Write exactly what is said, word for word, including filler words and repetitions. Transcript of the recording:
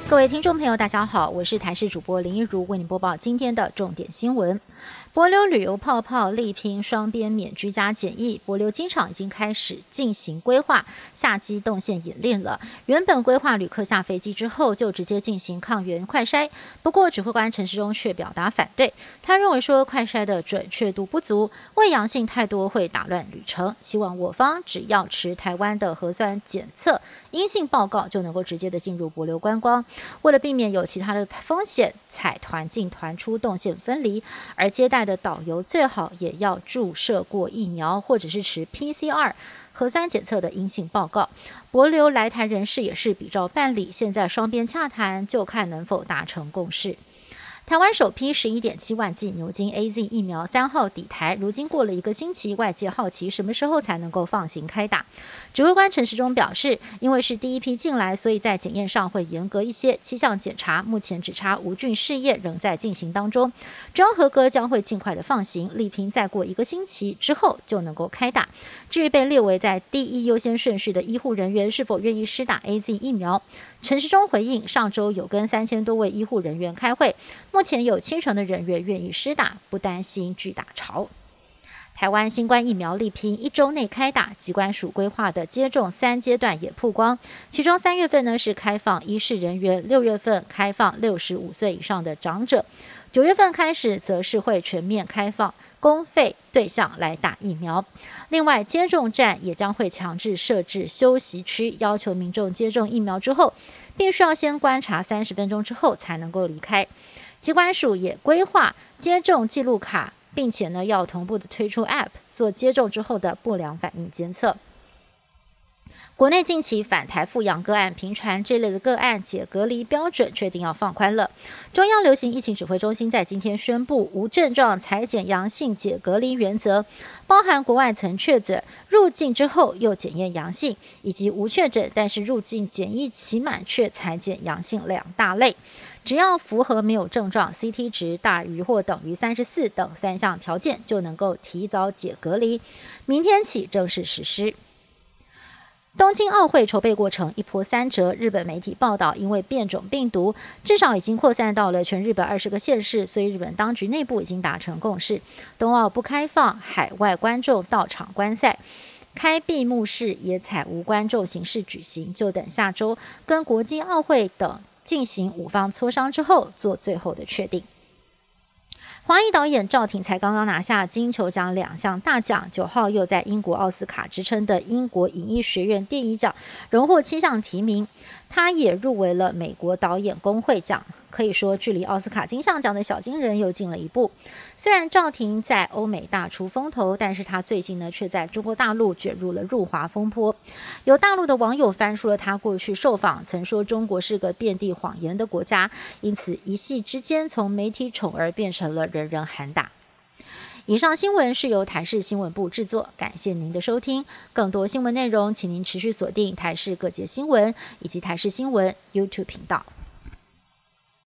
各位听众朋友大家好，我是台视主播林一如，为您播报今天的重点新闻。帛琉旅游泡泡力拼双边免居家检疫，帛琉机场已经开始进行规划下机动线演练了。原本规划旅客下飞机之后就直接进行抗原快筛，不过指挥官陈时中却表达反对，他认为说快筛的准确度不足，未阳性太多会打乱旅程，希望我方只要持台湾的核酸检测阴性报告就能够直接的进入帛琉观光。为了避免有其他的风险，采团进团出动线分离，而接待的导游最好也要注射过疫苗，或者是持 P C R 核酸检测的阴性报告。帛琉来台人士也是比照办理，现在双边洽谈，就看能否达成共识。台湾首批 十一点七万剂牛津 A Z 疫苗三号抵台，如今过了一个星期，外界好奇什么时候才能够放行开打。指挥官陈时中表示，因为是第一批进来，所以在检验上会严格一些，七项检查目前只差无菌试验仍在进行当中，只要合格将会尽快的放行，力拼再过一个星期之后就能够开打。至于被列为在第一优先顺序的医护人员是否愿意施打 A Z 疫苗，陈时中回应，上周有跟三千多位医护人员开会，目前有七成的人员愿意施打，不担心拒打潮。台湾新冠疫苗力拼一周内开打，疾管署规划的接种三阶段也曝光，其中三月份呢是开放医事人员，六月份开放六十五岁以上的长者，九月份开始则是会全面开放公费对象来打疫苗。另外，接种站也将会强制设置休息区，要求民众接种疫苗之后，必须要先观察三十分钟之后才能够离开。疾管署也规划接种记录卡，并且呢要同步的推出 App 做接种之后的不良反应监测。国内近期返台复阳个案频传，这类的个案解隔离标准确定要放宽了。中央流行疫情指挥中心在今天宣布，无症状采检阳性解隔离原则，包含国外曾确诊入境之后又检验阳性，以及无确诊但是入境检疫期满却采检阳性两大类。只要符合没有症状 C T 值大于或等于三十四等三项条件，就能够提早解隔离。明天起正式实施。东京奥会筹备过程一波三折，日本媒体报道，因为变种病毒至少已经扩散到了全日本二十个县市，所以日本当局内部已经达成共识，冬奥不开放海外观众到场观赛，开闭幕式也采无观众形式举行，就等下周跟国际奥会等进行五方磋商之后做最后的确定。华裔导演赵婷才刚刚拿下金球奖两项大奖，九号又在英国奥斯卡之称的英国影艺学院电影奖荣获七项提名，他也入围了美国导演工会奖，可以说距离奥斯卡金像奖的小金人又近了一步。虽然赵婷在欧美大出风头，但是他最近呢却在中国大陆卷入了入华风波。有大陆的网友翻出了他过去受访曾说中国是个遍地谎言的国家，因此一夕之间从媒体宠儿变成了人人喊打。以上新闻是由台视新闻部制作，感谢您的收听。更多新闻内容请您持续锁定台视各界新闻以及台视新闻 YouTube 频道。